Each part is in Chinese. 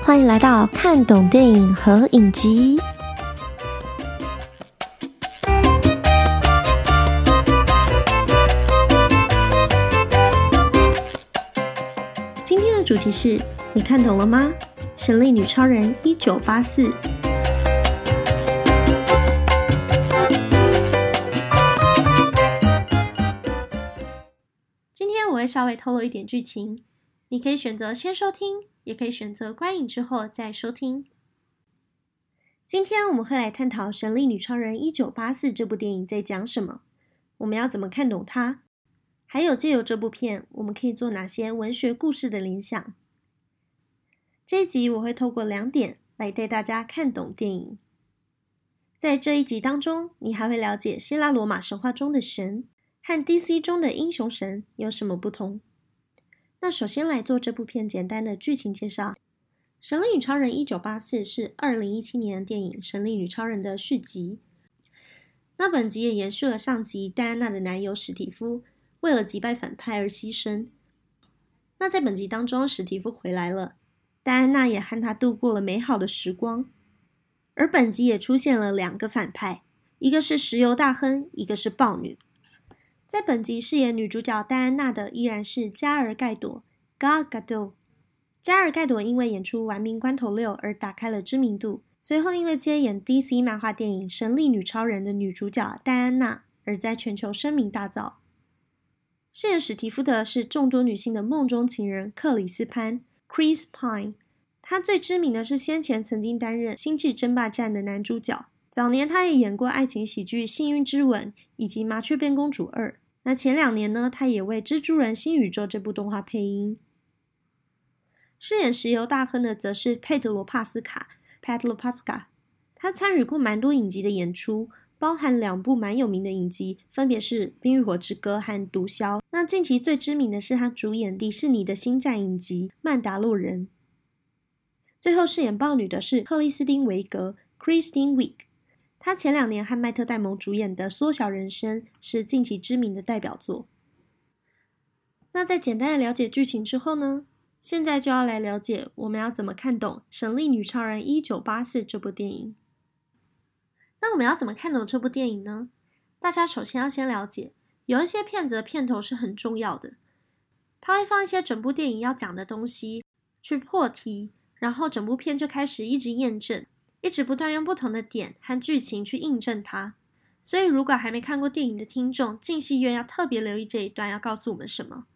欢迎来到看懂电影和影集。今天的主题是：你看懂了吗？神力女超人1984。今天我会稍微透露一点剧情，你可以选择先收听，也可以选择观影之后再收听。今天我们会来探讨《神力女超人1984》这部电影在讲什么，我们要怎么看懂它，还有借由这部片我们可以做哪些文学故事的联想。这一集我会透过2点来带大家看懂电影。在这一集当中，你还会了解希腊罗马神话中的神和 DC 中的英雄神有什么不同。那首先来做这部片简单的剧情介绍。神力女超人1984是2017年的电影《神力女超人》的续集。那本集也延续了上集戴安娜的男友史蒂夫为了击败反派而牺牲。那在本集当中，史蒂夫回来了，戴安娜也和他度过了美好的时光。而本集也出现了2个反派，一个是石油大亨，一个是豹女。在本集饰演女主角戴安娜的依然是加尔盖朵 Gal Gadot。 加尔盖朵因为演出《玩命关头6》而打开了知名度，随后因为接演 DC 漫画电影《神力女超人》的女主角戴安娜而在全球声名大噪。饰演史蒂夫的是众多女性的梦中情人克里斯潘 Chris Pine。 她最知名的是先前曾经担任《星际争霸战》的男主角，早年她也演过爱情喜剧《幸运之吻》以及《麻雀变公主2》。那前2年呢，她也为《蜘蛛人新宇宙》这部动画配音。饰演石油大亨的则是佩德罗帕斯卡 Pat Lopaska。 他参与过蛮多影集的演出，包含2部蛮有名的影集，分别是《冰与火之歌》和《毒枭》。那近期最知名的是他主演迪士尼的星战影集《曼达洛人》。最后饰演豹女的是克里斯汀·维格 Kristen Wiig。 她前2年和麦特·戴蒙主演的《缩小人生》是近期知名的代表作。那在简单的了解剧情之后呢，现在就要来了解我们要怎么看懂《神力女超人1984》这部电影。那我们要怎么看懂这部电影呢？大家首先要先了解，有一些片子的片头是很重要的，它会放一些整部电影要讲的东西去破题，然后整部片就开始一直验证，一直不断用不同的点和剧情去印证它。所以如果还没看过电影的听众，进戏院要特别留意这一段要告诉我们什么。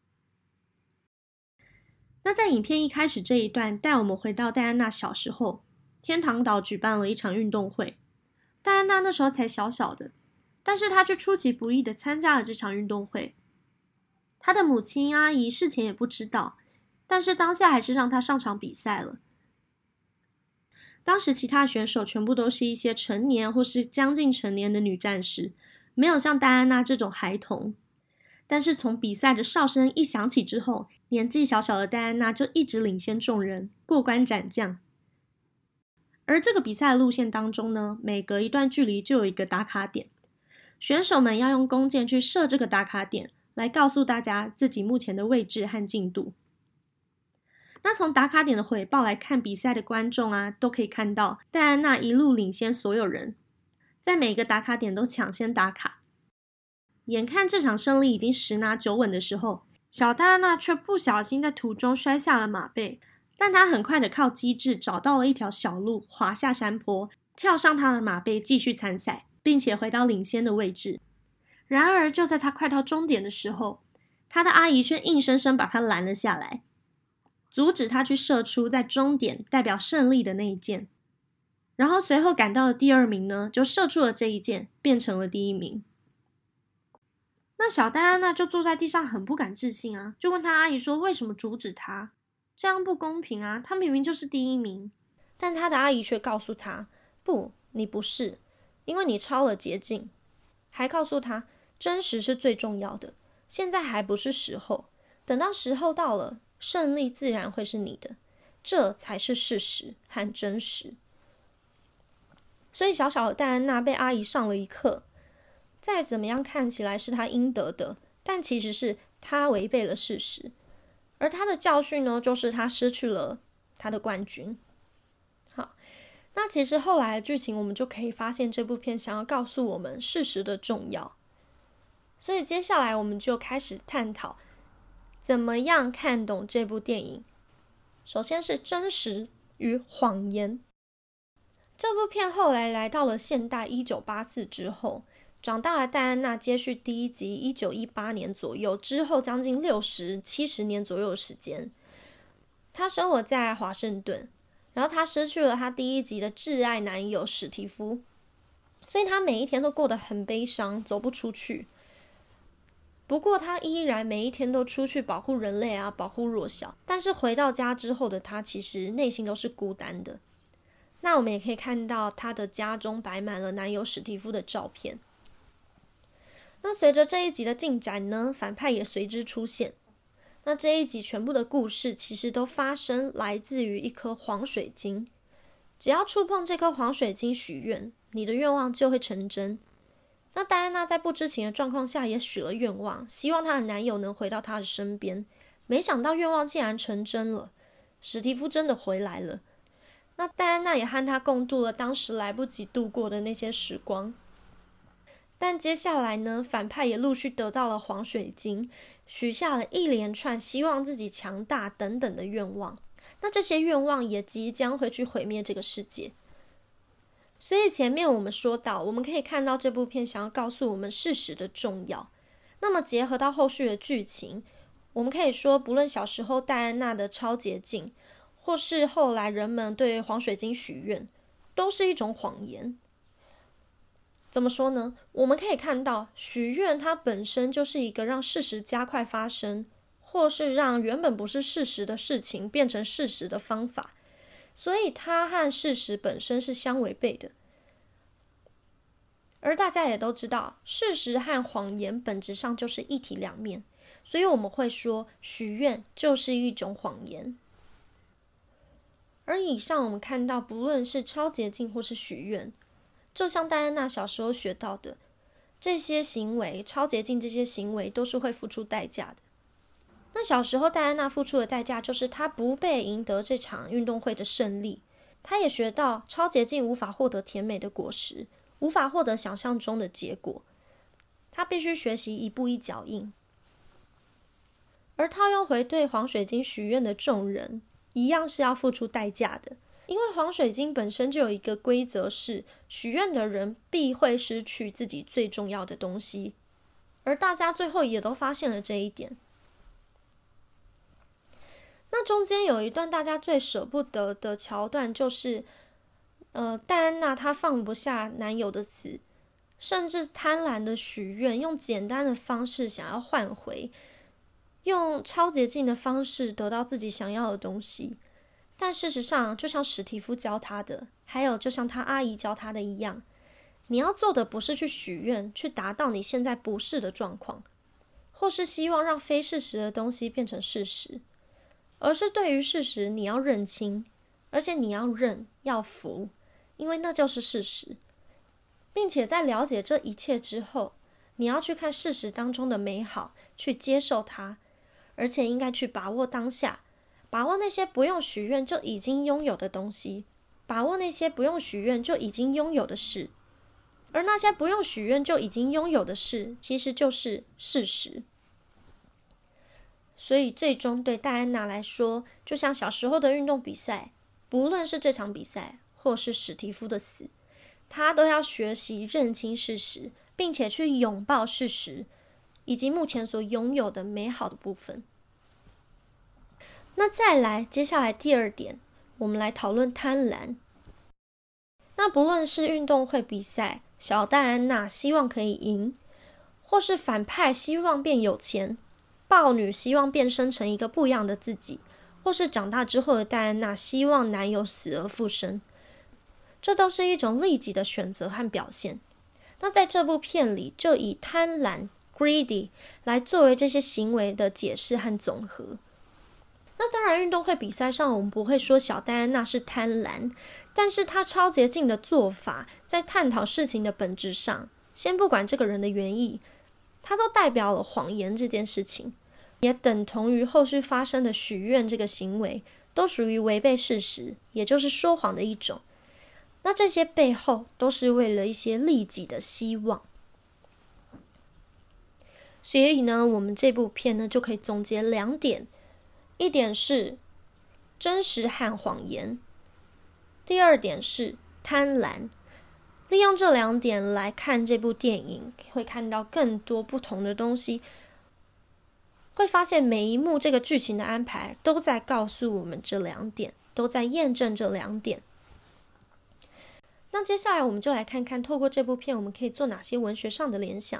那在影片一开始这一段带我们回到戴安娜小时候，天堂岛举办了一场运动会。戴安娜那时候才小小的，但是她却出其不意地参加了这场运动会。她的母亲阿姨事前也不知道，但是当下还是让她上场比赛了。当时其他选手全部都是一些成年或是将近成年的女战士，没有像戴安娜这种孩童。但是从比赛的哨声一响起之后，年纪小小的戴安娜就一直领先众人，过关斩将。而这个比赛的路线当中呢，每隔一段距离就有一个打卡点，选手们要用弓箭去射这个打卡点，来告诉大家自己目前的位置和进度。那从打卡点的回报来看，比赛的观众都可以看到戴安娜一路领先所有人，在每个打卡点都抢先打卡。眼看这场胜利已经10拿9稳的时候，小戴安娜却不小心在途中摔下了马背，但她很快的靠机智找到了一条小路，滑下山坡，跳上她的马背继续参赛，并且回到领先的位置。然而就在她快到终点的时候，她的阿姨却硬生生把她拦了下来，阻止她去射出在终点代表胜利的那一箭。然后随后赶到的第2名呢，就射出了这一箭，变成了第1名。那小戴安娜就坐在地上很不敢置信就问她阿姨说为什么阻止她，这样不公平她明明就是第1名。但她的阿姨却告诉她，不，你不是，因为你超了捷径，还告诉她真实是最重要的，现在还不是时候，等到时候到了，胜利自然会是你的，这才是事实和真实。所以小小的戴安娜被阿姨上了一课，再怎么样看起来是她应得的，但其实是她违背了事实。而她的教训呢，就是她失去了他的冠军。好，那其实后来的剧情我们就可以发现这部片想要告诉我们事实的重要，所以接下来我们就开始探讨怎么样看懂这部电影。首先是真实与谎言。这部片后来到了现代1984之后，长大的戴安娜接续第一集1918年左右，之后将近60-70年左右的时间，她生活在华盛顿，然后她失去了她第一集的挚爱男友史蒂夫，所以她每一天都过得很悲伤，走不出去。不过她依然每一天都出去保护人类啊，保护弱小，但是回到家之后的她其实内心都是孤单的。那我们也可以看到她的家中摆满了男友史蒂夫的照片。那随着这一集的进展呢，反派也随之出现。那这一集全部的故事其实都发生来自于一颗黄水晶，只要触碰这颗黄水晶许愿，你的愿望就会成真。那戴安娜在不知情的状况下也许了愿望，希望她的男友能回到她的身边。没想到愿望竟然成真了，史蒂夫真的回来了。那戴安娜也和他共度了当时来不及度过的那些时光。但接下来呢，反派也陆续得到了黄水晶，许下了一连串希望自己强大等等的愿望。那这些愿望也即将会去毁灭这个世界。所以前面我们说到，我们可以看到这部片想要告诉我们事实的重要。那么结合到后续的剧情，我们可以说，不论小时候戴安娜的超捷径，或是后来人们对黄水晶许愿，都是一种谎言。怎么说呢？我们可以看到，许愿它本身就是一个让事实加快发生，或是让原本不是事实的事情变成事实的方法，所以它和事实本身是相违背的。而大家也都知道，事实和谎言本质上就是一体两面，所以我们会说许愿就是一种谎言。而以上我们看到，不论是超捷径或是许愿，就像戴安娜小时候学到的，这些行为，超捷径这些行为都是会付出代价的。那小时候戴安娜付出的代价就是她不被赢得这场运动会的胜利，她也学到超捷径无法获得甜美的果实，无法获得想象中的结果，她必须学习一步一脚印。而套用回对黄水晶许愿的众人，一样是要付出代价的，因为黄水晶本身就有一个规则是，许愿的人必会失去自己最重要的东西，而大家最后也都发现了这一点。那中间有一段大家最舍不得的桥段，就是戴安娜她放不下男友的死，甚至贪婪的许愿，用简单的方式想要换回，用超捷径的方式得到自己想要的东西。但事实上，就像史蒂夫教他的，还有就像他阿姨教他的一样，你要做的不是去许愿，去达到你现在不是的状况，或是希望让非事实的东西变成事实，而是对于事实你要认清，而且你要认，要服，因为那就是事实。并且在了解这一切之后，你要去看事实当中的美好，去接受它，而且应该去把握当下，把握那些不用许愿就已经拥有的东西，把握那些不用许愿就已经拥有的事。而那些不用许愿就已经拥有的事，其实就是事实。所以最终对戴安娜来说，就像小时候的运动比赛，不论是这场比赛或是史蒂夫的死，她都要学习认清事实，并且去拥抱事实，以及目前所拥有的美好的部分。那再来，接下来第二点，我们来讨论贪婪。那不论是运动会比赛，小戴安娜希望可以赢，或是反派希望变有钱，豹女希望变身成一个不一样的自己，或是长大之后的戴安娜希望男友死而复生，这都是一种利己的选择和表现。那在这部片里，就以贪婪 greedy 来作为这些行为的解释和总和。那当然，运动会比赛上我们不会说小戴安娜是贪婪，但是她超捷径的做法，在探讨事情的本质上，先不管这个人的原意，它都代表了谎言这件事情，也等同于后续发生的许愿这个行为， 都属于违背事实，也就是说谎的一种。那这些背后都是为了一些利己的希望。所以呢，我们这部片呢就可以总结2点，一点是真实和谎言，第2点是贪婪。利用这2点来看这部电影，会看到更多不同的东西，会发现每一幕这个剧情的安排都在告诉我们这2点，都在验证这2点。那接下来我们就来看看透过这部片我们可以做哪些文学上的联想。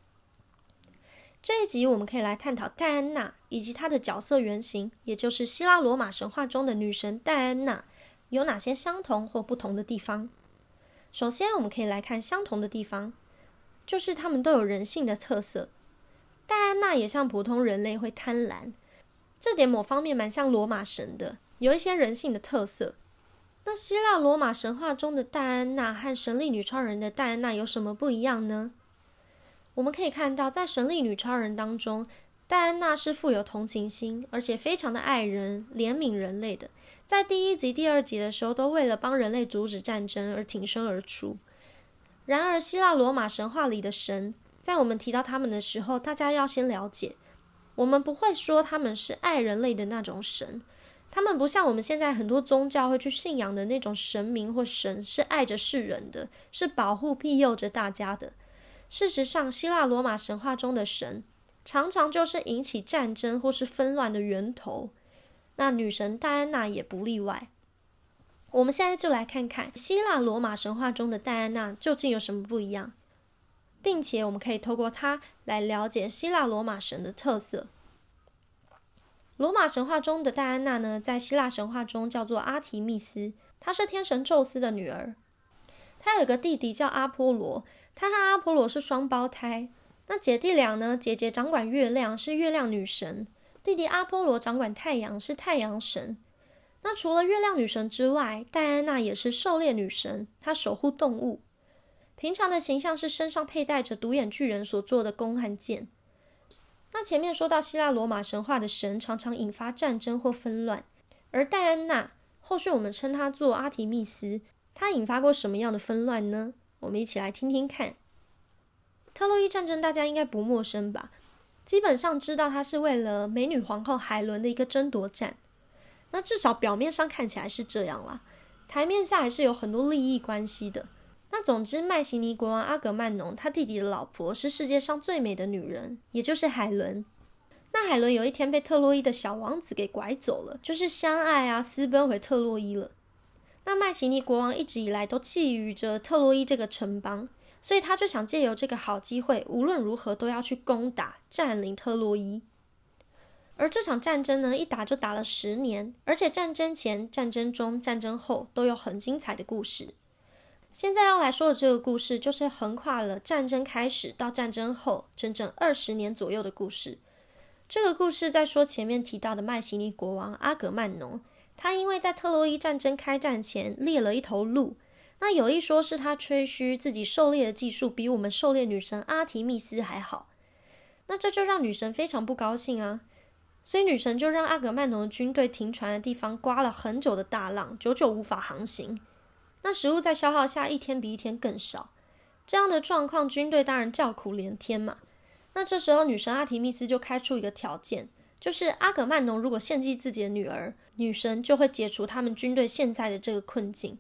这一集我们可以来探讨戴安娜以及她的角色原型，也就是希腊罗马神话中的女神戴安娜有哪些相同或不同的地方。首先我们可以来看相同的地方，就是她们都有人性的特色。戴安娜也像普通人类会贪婪，这点某方面蛮像罗马神的，有一些人性的特色。那希腊罗马神话中的戴安娜和神力女超人的戴安娜有什么不一样呢？我们可以看到，在神力女超人当中，戴安娜是富有同情心，而且非常的爱人、怜悯人类的。在第1集、第2集的时候，都为了帮人类阻止战争而挺身而出。然而，希腊罗马神话里的神，在我们提到他们的时候，大家要先了解，我们不会说他们是爱人类的那种神，他们不像我们现在很多宗教会去信仰的那种神明或神，是爱着世人的，是保护庇佑着大家的。事实上，希腊罗马神话中的神常常就是引起战争或是纷乱的源头，那女神戴安娜也不例外。我们现在就来看看希腊罗马神话中的戴安娜究竟有什么不一样，并且我们可以透过它来了解希腊罗马神的特色。罗马神话中的戴安娜呢，在希腊神话中叫做阿提密斯，她是天神宙斯的女儿。她有个弟弟叫阿波罗，她和阿波罗是双胞胎。那姐弟俩呢，姐姐掌管月亮，是月亮女神，弟弟阿波罗掌管太阳，是太阳神。那除了月亮女神之外，戴安娜也是狩猎女神，她守护动物。平常的形象是身上佩戴着独眼巨人所做的弓和箭。那前面说到希腊罗马神话的神常常引发战争或纷乱，而戴安娜，后续我们称她做阿提密斯，她引发过什么样的纷乱呢？我们一起来听听看。特洛伊战争大家应该不陌生吧，基本上知道它是为了美女皇后海伦的一个争夺战。那至少表面上看起来是这样啦，台面下还是有很多利益关系的。那总之，麦西尼国王阿格曼农他弟弟的老婆是世界上最美的女人，也就是海伦。那海伦有一天被特洛伊的小王子给拐走了，就是相爱啊，私奔回特洛伊了。那麦西尼国王一直以来都觊觎着特洛伊这个城邦，所以他就想借由这个好机会，无论如何都要去攻打占领特洛伊。而这场战争呢，一打就打了10年，而且战争前、战争中、战争后都有很精彩的故事。现在要来说的这个故事，就是横跨了战争开始到战争后整整20年左右的故事。这个故事在说前面提到的麦西尼国王阿格曼农，他因为在特洛伊战争开战前猎了一头鹿，那有一说是他吹嘘自己狩猎的技术比我们狩猎女神阿提密斯还好，那这就让女神非常不高兴啊。所以女神就让阿格曼农的军队停船的地方刮了很久的大浪，久久无法航行。那食物在消耗下一天比一天更少，这样的状况军队当然叫苦连天嘛。那这时候女神阿提密斯就开出一个条件，就是阿格曼农如果献祭自己的女儿，女神就会解除他们军队现在的这个困境。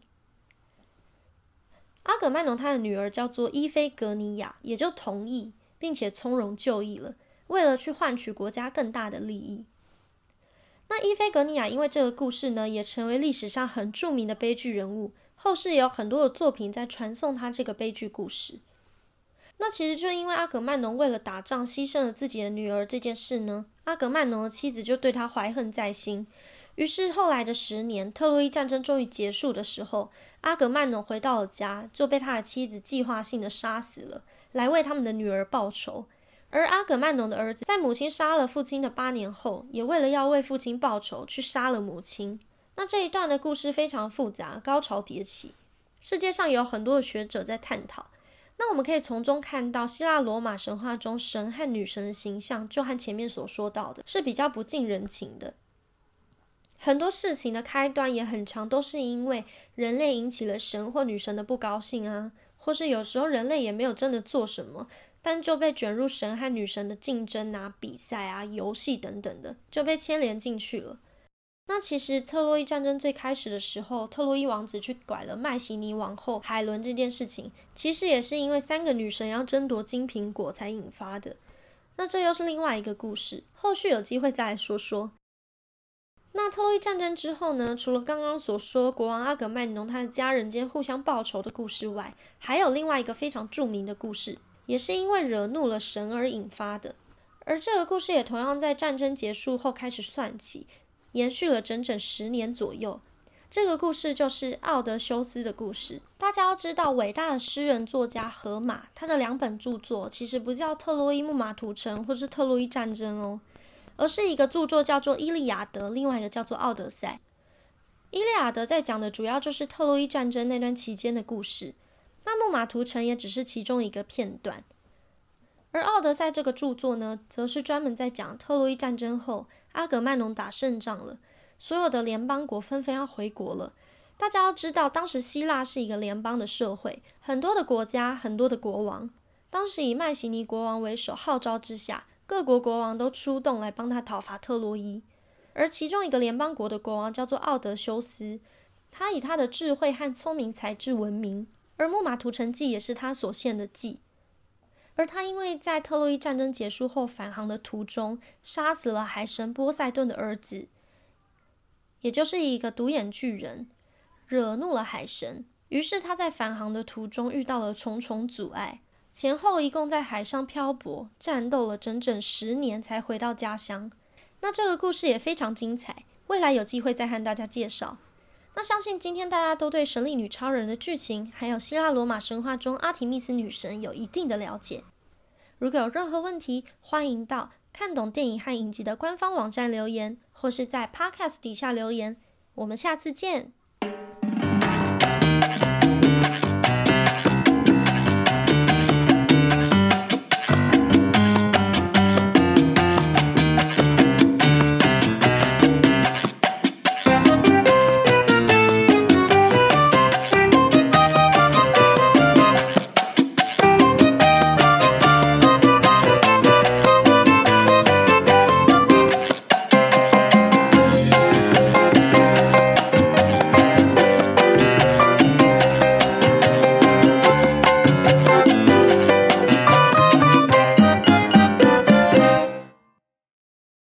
阿格曼农他的女儿叫做伊菲格尼亚，也就同意并且从容就义了，为了去换取国家更大的利益。那伊菲格尼亚因为这个故事呢，也成为历史上很著名的悲剧人物，后世也有很多的作品在传颂他这个悲剧故事。那其实就因为阿格曼农为了打仗牺牲了自己的女儿这件事呢，阿格曼农的妻子就对他怀恨在心。于是后来的10年，特洛伊战争终于结束的时候，阿格曼农回到了家，就被他的妻子计划性的杀死了，来为他们的女儿报仇。而阿格曼农的儿子在母亲杀了父亲的8年后，也为了要为父亲报仇，去杀了母亲。那这一段的故事非常复杂，高潮迭起，世界上有很多的学者在探讨。那我们可以从中看到希腊罗马神话中神和女神的形象，就和前面所说到的是比较不近人情的。 很多事情的开端也很常都是因为人类引起了神或女神的不高兴啊，或是有时候人类也没有真的做什么，但就被卷入神和女神的竞争啊、比赛啊、游戏等等的，就被牵连进去了。那其实特洛伊战争最开始的时候，特洛伊王子去拐了麦西尼王后海伦这件事情，其实也是因为3个女神要争夺金苹果才引发的。那这又是另外一个故事，后续有机会再来说说。那特洛伊战争之后呢，除了刚刚所说国王阿格麦农他的家人间互相报仇的故事外，还有另外一个非常著名的故事，也是因为惹怒了神而引发的。而这个故事也同样在战争结束后开始算起，延续了整整10年左右。这个故事就是奥德修斯的故事。大家要知道，伟大的诗人作家荷马，他的2本著作其实不叫特洛伊木马屠城或是特洛伊战争哦，而是一个著作叫做《伊利亚德》，另外一个叫做《奥德赛》。伊利亚德在讲的主要就是特洛伊战争那段期间的故事，那木马屠城也只是其中一个片段。而奥德赛这个著作呢，则是专门在讲特洛伊战争后，阿格曼农打胜仗了，所有的联邦国纷纷要回国了。大家要知道，当时希腊是一个联邦的社会，很多的国家，很多的国王。当时以麦西尼国王为首号召之下，各国国王都出动来帮他讨伐特洛伊。而其中一个联邦国的国王叫做奥德修斯，他以他的智慧和聪明才智闻名，而木马屠城记也是他所献的记。而他因为在特洛伊战争结束后返航的途中，杀死了海神波塞顿的儿子，也就是一个独眼巨人，惹怒了海神。于是他在返航的途中遇到了重重阻碍，前后一共在海上漂泊，战斗了整整10年才回到家乡。那这个故事也非常精彩，未来有机会再和大家介绍。那相信今天大家都对神力女超人的剧情，还有希腊罗马神话中阿提密斯女神有一定的了解。如果有任何问题，欢迎到看懂电影和影集的官方网站留言，或是在 Podcast 底下留言。我们下次见。